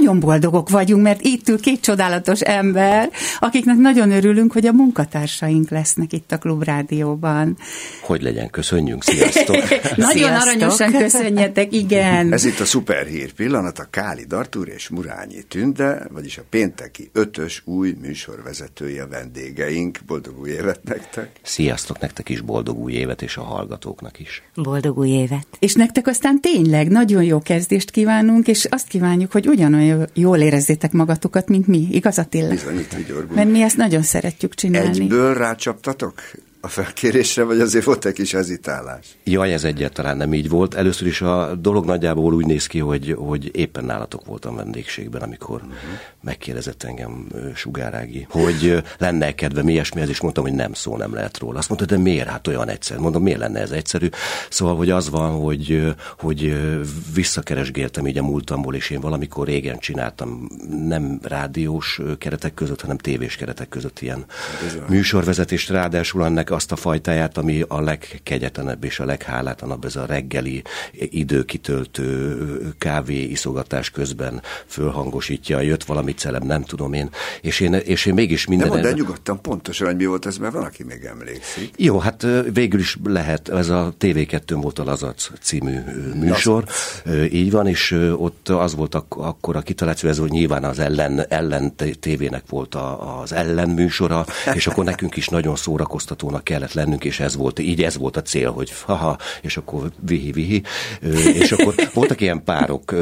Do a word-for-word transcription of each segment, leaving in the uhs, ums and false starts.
nagyon boldogok vagyunk, mert itt ül két csodálatos ember, akiknek nagyon örülünk, hogy a munkatársaink lesznek itt a Klubrádióban. Hogy legyen, köszönjünk, sziasztok! Nagyon Sziasztok. aranyosan köszönjetek, igen. Ez itt a szuperhír pillanat, a Kálid Artúr és Murányi Tünde, vagyis a pénteki ötös új műsorvezetője vendégeink. Boldog új évet nektek! Sziasztok, nektek is boldog új évet, és a hallgatóknak is. Boldog új évet! És nektek aztán tényleg nagyon jó kezdést kívánunk, és azt kívánjuk, hogy ugyanolyan jól érezzétek magatokat, mint mi. Igaz, Attila? Bizony, itt vigyorgunk. Mert mi ezt nagyon szeretjük csinálni. Egyből rácsaptatok a felkérésre, vagy azért volt egy kis hezitálás? Jaj, ez egyáltalán nem így volt. Először is a dolog nagyjából úgy néz ki, hogy, hogy éppen nálatok voltam vendégségben, amikor uh-huh. megkérdezett engem Sugár Ági, hogy lenne kedvem ilyesmihez, és mondtam, hogy nem, szó nem lehet róla. Azt mondta, de miért? Hát olyan egyszerű. Mondom, miért lenne ez egyszerű? Szóval, hogy az van, hogy, hogy visszakeresgéltem így a múltamból, és én valamikor régen csináltam nem rádiós keretek között, hanem tévés keretek között ilyen Bizony. műsorvezetést, ráadásul annak azt a fajtáját, ami a legkegyetlenebb és a leghálátlanabb, ez a reggeli időkitöltő kávé iszogatás közben fölhangosítja, jött valami celeb, nem tudom én, és én, és én mégis minden... De mondd el nyugodtan pontosan, hogy mi volt ez, mert van, aki még emlékszik. Jó, hát végül is lehet, ez a té vé kettőn volt a Lazac című műsor, Lazac. Így van, és ott az volt ak- akkor a kitaláció, ez hogy nyilván az ellen, ellen tévének volt a, az ellen műsora, és akkor nekünk is nagyon szórakoztatónak kellett lennünk, és ez volt, így ez volt a cél, hogy haha, és akkor vihi-vihi, és akkor voltak ilyen párok,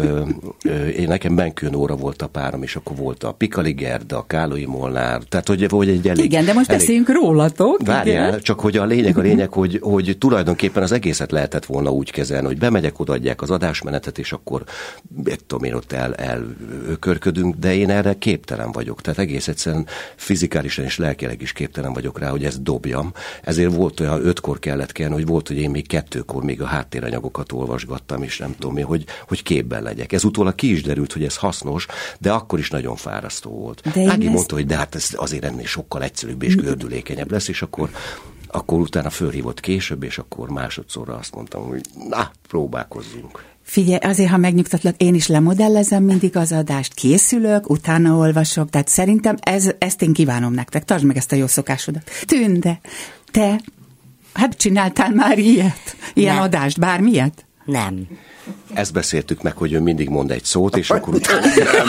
én nekem Benkőn óra volt a párom, és akkor volt a Pikali Gerda, a Kálói Molnár, tehát hogy, hogy egy elég... Igen, de most elég, beszéljünk rólatok. Várjál, igen. Csak hogy a lényeg, a lényeg, hogy, hogy tulajdonképpen az egészet lehetett volna úgy kezelni, hogy bemegyek, odaadják az adásmenetet, és akkor egy tudom én ott el, elkörködünk, de én erre képtelen vagyok, tehát egész egyszerűen fizikálisan és lelkileg is képtelen vagyok rá, hogy ezt dobjam. Ezért volt olyan, ötkor kellett kelni, hogy volt, hogy én még kettőkor még a háttéranyagokat olvasgattam, és nem tudom én, hogy, hogy képben legyek. Ez utólag ki is derült, hogy ez hasznos, de akkor is nagyon fárasztó volt. Ági ezt... mondta, hogy de hát ez azért ennél sokkal egyszerűbb és gördülékenyebb lesz, és akkor akkor utána fölhívott később, és akkor másodszorra azt mondtam, hogy na, próbálkozzunk. Figyelj, azért, ha megnyugtatlak, én is lemodellezem mindig az adást, készülök, utána olvasok, tehát szerintem ez, ezt én kívánom nektek. Tartsd meg ezt a jó szokásodat. Tünde, te, hát csináltál már ilyet? Ilyen nem. adást, bármilyet? Nem. Ezt beszéltük meg, hogy ő mindig mond egy szót, és akkor utána...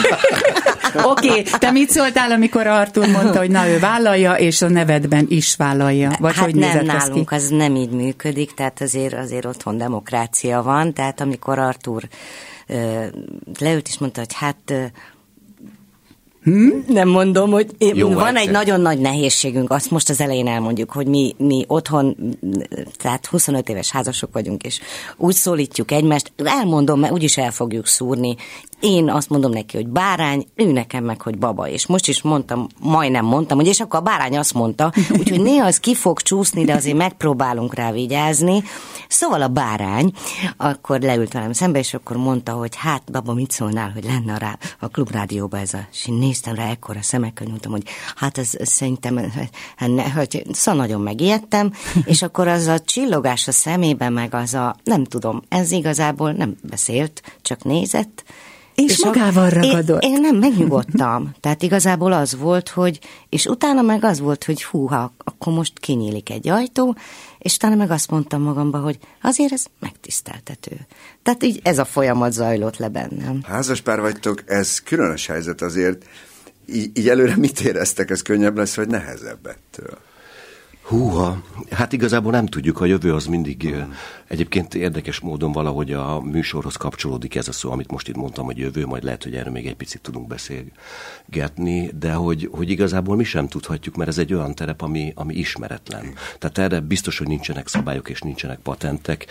Oké, okay, te mit szóltál, amikor Artúr mondta, hogy na ő vállalja, és a nevedben is vállalja? Vagy hát hogy nem, nálunk ki? az nem így működik, tehát azért, azért otthon demokrácia van, tehát amikor Artúr ö, leült és mondta, hogy hát... Ö, Hmm? Nem mondom, hogy Jó, van egyszer. Egy nagyon nagy nehézségünk, azt most az elején elmondjuk, hogy mi, mi otthon, tehát huszonöt éves házasok vagyunk, és úgy szólítjuk egymást, elmondom, mert úgyis el fogjuk szúrni. Én azt mondom neki, hogy bárány, ő nekem meg, hogy baba. És most is mondtam, majdnem mondtam, hogy és akkor a bárány azt mondta, úgyhogy néha az ki fog csúszni, de azért megpróbálunk rá vigyázni. Szóval a bárány akkor leült velem szembe, és akkor mondta, hogy hát baba, mit szólnál, hogy lenne rá a Klubrádióban ez a... És én néztem rá ekkora szemekkel, mondtam, hogy hát ez, ez szerintem, hogy szóval nagyon megijedtem, és akkor az a csillogás a szemében, meg az a, nem tudom, ez igazából nem beszélt, csak nézett, És, és magával ragadott. Én, én nem megnyugodtam. Tehát igazából az volt, hogy, és utána meg az volt, hogy húha, akkor most kinyílik egy ajtó, és utána meg azt mondtam magamba, hogy azért ez megtiszteltető. Tehát így ez a folyamat zajlott le bennem. Házaspár vagytok, ez különös helyzet azért. Így, így előre mit éreztek, ez könnyebb lesz, vagy nehezebb ettől? Húha, hát igazából nem tudjuk, a jövő az mindig hmm. egyébként érdekes módon valahogy a műsorhoz kapcsolódik ez a szó, amit most itt mondtam, hogy jövő, majd lehet, hogy erről még egy picit tudunk beszélgetni, de hogy, hogy igazából mi sem tudhatjuk, mert ez egy olyan terep, ami, ami ismeretlen. Tehát erre biztos, hogy nincsenek szabályok és nincsenek patentek.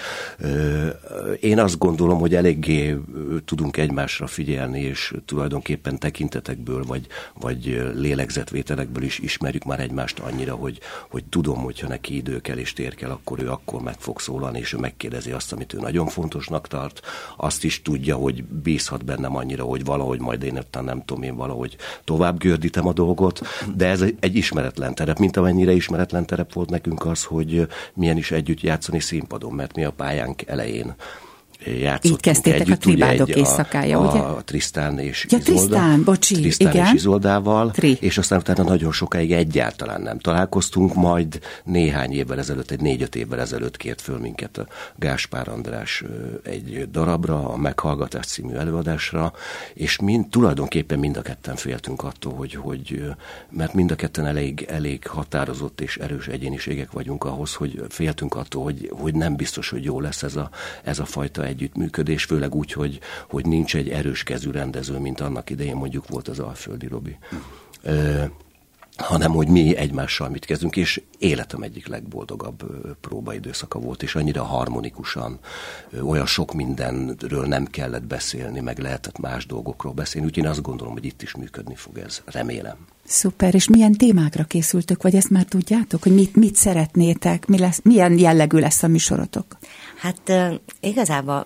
Én azt gondolom, hogy eléggé tudunk egymásra figyelni, és tulajdonképpen tekintetekből, vagy, vagy lélegzetvételekből is ismerjük már egymást annyira, hogy, hogy tudom, hogyha neki idő kell és tér kell, akkor ő akkor meg fog szólalni, és ő megkérdezi azt, amit ő nagyon fontosnak tart. Azt is tudja, hogy bízhat bennem annyira, hogy valahogy majd én öttan nem tudom, én valahogy tovább gördítem a dolgot, de ez egy ismeretlen terep, mint amennyire ismeretlen terep volt nekünk az, hogy milyen is együtt játszani színpadon, mert mi a pályánk elején játszottunk így kezdtétek együtt, a Tribádok ugye, éjszakája, a, ugye? A Trisztán és ja, Izolda. Trisztán, bocsi, Trisztán igen. és Izoldával, Tri. és aztán utána nagyon sokáig egyáltalán nem találkoztunk, majd néhány évvel ezelőtt, egy négy-öt évvel ezelőtt kért föl minket a Gáspár András egy darabra, a Meghallgatás című előadásra, és mind, tulajdonképpen mind a ketten féltünk attól, hogy, hogy mert mind a ketten elég, elég határozott és erős egyéniségek vagyunk ahhoz, hogy féltünk attól, hogy, hogy nem biztos, hogy jó lesz ez a, ez a fajta együttműködés, főleg úgy, hogy, hogy nincs egy erős kezű rendező, mint annak idején mondjuk volt az Alföldi Robi. Ö, hanem hogy mi egymással mit kezdünk, és életem egyik legboldogabb próbaidőszaka volt, és annyira harmonikusan, olyan sok mindenről nem kellett beszélni, meg lehetett más dolgokról beszélni, úgyhogy én azt gondolom, hogy itt is működni fog ez, remélem. Szuper, és milyen témákra készültök, vagy ezt már tudjátok, hogy mit, mit szeretnétek, mi lesz, milyen jellegű lesz a műsorotok? Hát uh, igazából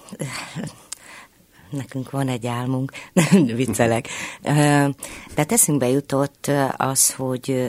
nekünk van egy álmunk, nem viccelek. Tehát eszünkbe jutott az, hogy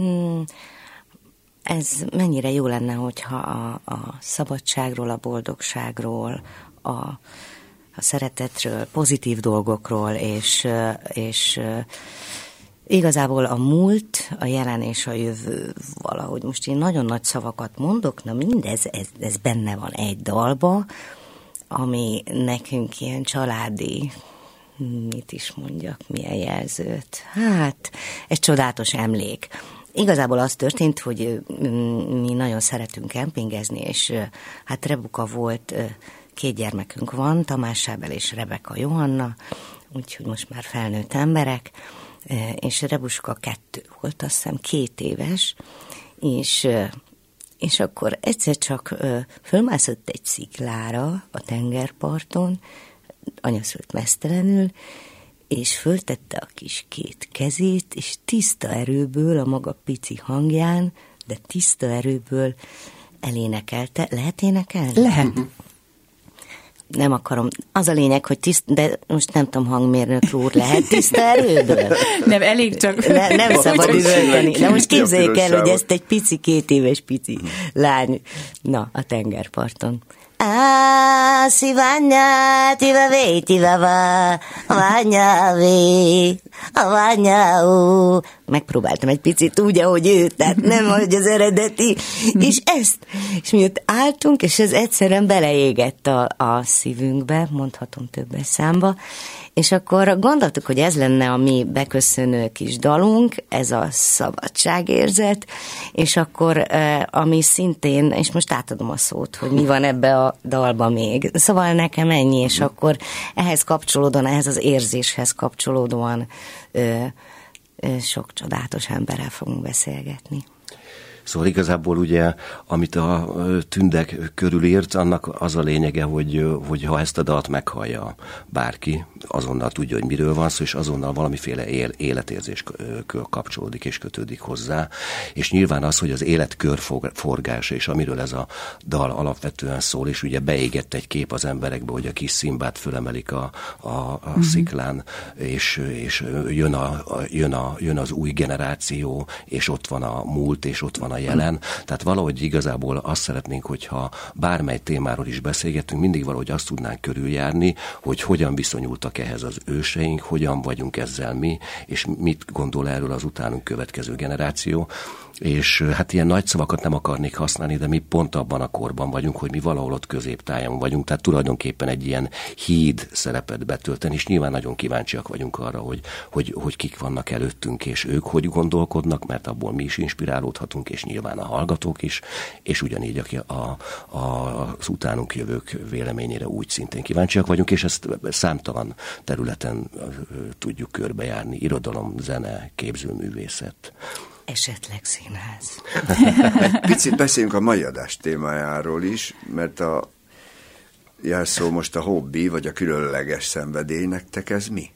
ez mennyire jó lenne, hogyha a, a szabadságról, a boldogságról, a, a szeretetről, pozitív dolgokról, és, és igazából a múlt, a jelen és a jövő valahogy. Most én nagyon nagy szavakat mondok, na mindez ez, ez benne van egy dalba, ami nekünk ilyen családi, mit is mondjak, milyen jelzőt. Hát, egy csodálatos emlék. Igazából az történt, hogy mi nagyon szeretünk kempingezni, és hát Rebuka volt, két gyermekünk van, Tamás Sábel és Rebeka Johanna, úgyhogy most már felnőtt emberek, és Rebuska kettő volt, azt hiszem két éves, és... És akkor egyszer csak ö, fölmászott egy sziklára a tengerparton, anyaszült meztelenül, és föltette a kis két kezét, és tiszta erőből, a maga pici hangján, de tiszta erőből elénekelte. Lehet énekelni? Lehet. Nem akarom. Az a lényeg, hogy tiszt, de most nem tudom, hangmérnök úr, lehet tiszta erőből? Nem, elég csak... Ne, nem szabad üvölteni. De most képzeljék el, hogy ezt egy pici, két éves pici lány, na, a tengerparton. Ah, si bagna, ti va ve, ti va va, bagna ve, a bagna ó. Megpróbáltam egy picit úgy, ahogy ő, tehát nem, ahogy az eredeti, és ezt, és mi ott álltunk, és ez egyszerűen beleégett a, a szívünkbe, mondhatom többes számba, és akkor gondoltuk, hogy ez lenne a mi beköszönő kis dalunk, ez a szabadságérzet, és akkor ami szintén, és most átadom a szót, hogy mi van ebbe a dalba még. Szóval nekem ennyi, és akkor ehhez kapcsolódóan, ehhez az érzéshez kapcsolódóan ö, ö, sok csodálatos emberrel fogunk beszélgetni. Szóval igazából ugye, amit a Tündek körül írt, annak az a lényege, hogy, hogy ha ezt a dalt meghallja bárki, azonnal tudja, hogy miről van szó, és azonnal valamiféle él, életérzés kapcsolódik és kötődik hozzá. És nyilván az, hogy az élet körforgása, és amiről ez a dal alapvetően szól, és ugye beégett egy kép az emberekbe, hogy a kis Szimbát fölemelik a, a, a uh-huh. sziklán, és, és jön, a, jön, a, jön az új generáció, és ott van a múlt, és ott van a jelen. Tehát valahogy igazából azt szeretnénk, hogyha bármely témáról is beszélgetünk, mindig valahogy azt tudnánk körüljárni, hogy hogyan viszonyultak ehhez az őseink, hogyan vagyunk ezzel mi, és mit gondol erről az utánunk következő generáció. És hát ilyen nagy szavakat nem akarnék használni, de mi pont abban a korban vagyunk, hogy mi valahol ott középtájon vagyunk, tehát tulajdonképpen egy ilyen híd szerepet betölteni, és nyilván nagyon kíváncsiak vagyunk arra, hogy, hogy, hogy kik vannak előttünk, és ők hogy gondolkodnak, mert abból mi is inspirálódhatunk, és nyilván a hallgatók is, és ugyanígy aki a, a, az utánunk jövők véleményére úgy szintén kíváncsiak vagyunk, és ezt számtalan területen tudjuk körbejárni, irodalom, zene, képzőművészet. Esetleg színház. Egy picit beszéljünk a mai adás témájáról is, mert a jelszó most a hobbi, vagy a különleges szenvedély, nektek ez mi?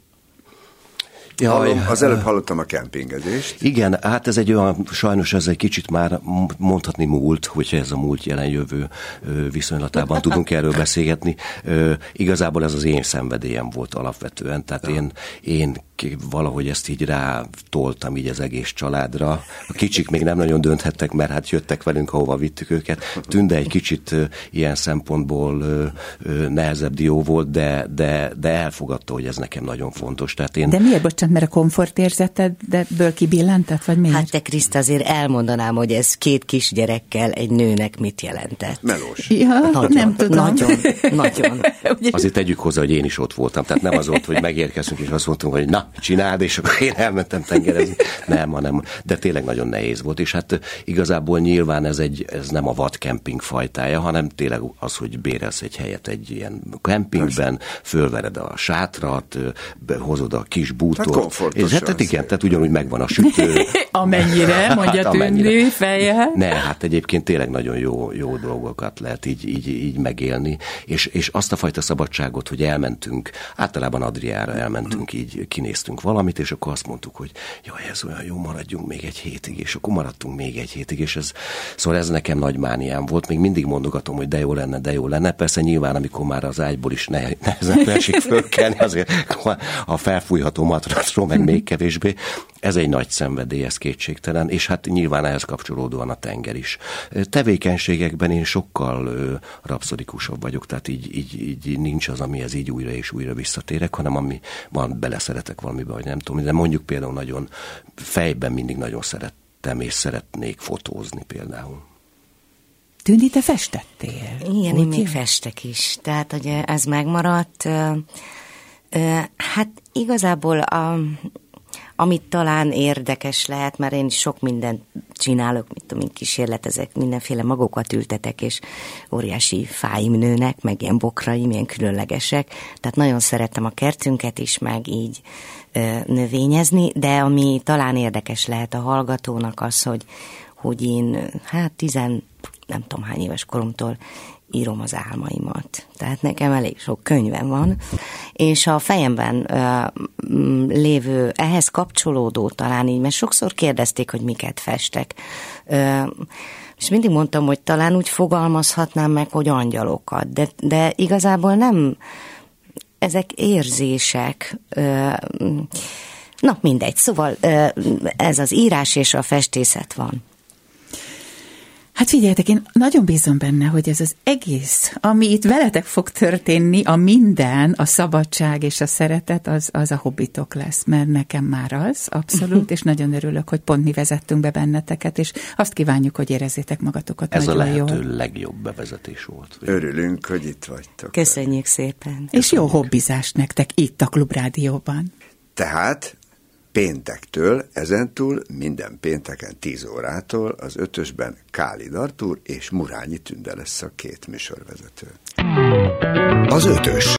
Hallom, az előbb hallottam a kempingezést. Igen, hát ez egy olyan, sajnos ez egy kicsit már mondhatni múlt, hogyha ez a múlt jelen jövő viszonylatában tudunk erről beszélgetni. Igazából ez az én szenvedélyem volt alapvetően, tehát én, én valahogy ezt így rátoltam így az egész családra. A kicsik még nem nagyon dönthettek, mert hát jöttek velünk, ahova vittük őket. Tünde egy kicsit uh, ilyen szempontból uh, uh, nehezebb dió volt, de, de, de elfogadta, hogy ez nekem nagyon fontos. Tehát én... De miért, bocsánat, mert a komfortérzetedből kibillentett, vagy miért? Hát te, Kriszta, azért elmondanám, hogy ez két kisgyerekkel egy nőnek mit jelentett. Melós. Ja, nagyon, nem tudom. Nagyon, nagyon. Azért tegyük hozzá, hogy én is ott voltam. Tehát nem az volt, hogy megérkeztünk, és azt mondtunk, hogy na, csináld, és akkor én elmentem tengerezni. Nem, hanem, de tényleg nagyon nehéz volt, és hát igazából nyilván ez, egy, ez nem a vadkemping fajtája, hanem tényleg az, hogy bérelsz egy helyet egy ilyen kempingben, fölvered a sátrat, hozod a kis bútort. Hát és hát igen, tehát ugyanúgy megvan a sütő. Amennyire, mondja hát, Tündi feje. Ne, hát egyébként tényleg nagyon jó, jó dolgokat lehet így, így, így megélni, és, és azt a fajta szabadságot, hogy elmentünk, általában Adriára elmentünk, így kinéztünk valamit, és akkor azt mondtuk, hogy jaj, ez olyan jó, maradjunk még egy hétig, és akkor maradtunk még egy hétig, és ez, szóval ez nekem nagy mániám volt, még mindig mondogatom, hogy de jó lenne, de jó lenne, persze nyilván, amikor már az ágyból is ne, nehezen esik fölkelni, azért a felfújható matracról, meg még kevésbé, ez egy nagy szenvedély, ez kétségtelen, és hát nyilván ehhez kapcsolódóan a tenger is. Tevékenységekben én sokkal ö, rapszodikusabb vagyok, tehát így, így, így nincs az, amihez így újra és újra visszatérek, hanem ami van, beleszeretek valamibe, vagy nem tudom, de mondjuk például nagyon fejben mindig nagyon szerettem, és szeretnék fotózni például. Tündi, te festettél? Igen, én még festek is. Tehát, hogy ez megmaradt. Hát igazából a... amit talán érdekes lehet, mert én sok mindent csinálok, mit tudom, kísérletezek, mindenféle magokat ültetek, és óriási fáim nőnek, meg ilyen bokraim, ilyen különlegesek. Tehát nagyon szeretem a kertünket is, meg így ö, növényezni, de ami talán érdekes lehet a hallgatónak az, hogy, hogy én hát tizen, nem tudom hány éves koromtól írom az álmaimat. Tehát nekem elég sok könyvem van, és a fejemben ö, lévő, ehhez kapcsolódó talán így, mert sokszor kérdezték, hogy miket festek. Ö, és mindig mondtam, hogy talán úgy fogalmazhatnám meg, hogy angyalokat, de, de igazából nem, ezek érzések. Ö, na, mindegy. Szóval ö, ez az írás és a festészet van. Hát figyeljetek, én nagyon bízom benne, hogy ez az egész, ami itt veletek fog történni, a minden, a szabadság és a szeretet, az, az a hobbitok lesz, mert nekem már az, abszolút, és nagyon örülök, hogy pont mi vezettünk be benneteket, és azt kívánjuk, hogy érezzétek magatokat ez nagyon jól. Ez a lehető legjobb bevezetés volt. Örülünk, hogy itt vagytok. Köszönjük szépen. És jó hobbizást nektek itt a Klubrádióban. Tehát péntektől, ezentúl minden pénteken tíz órától az ötösben Kálid Artúr és Murányi Tünde lesz a két műsorvezető. Az ötös.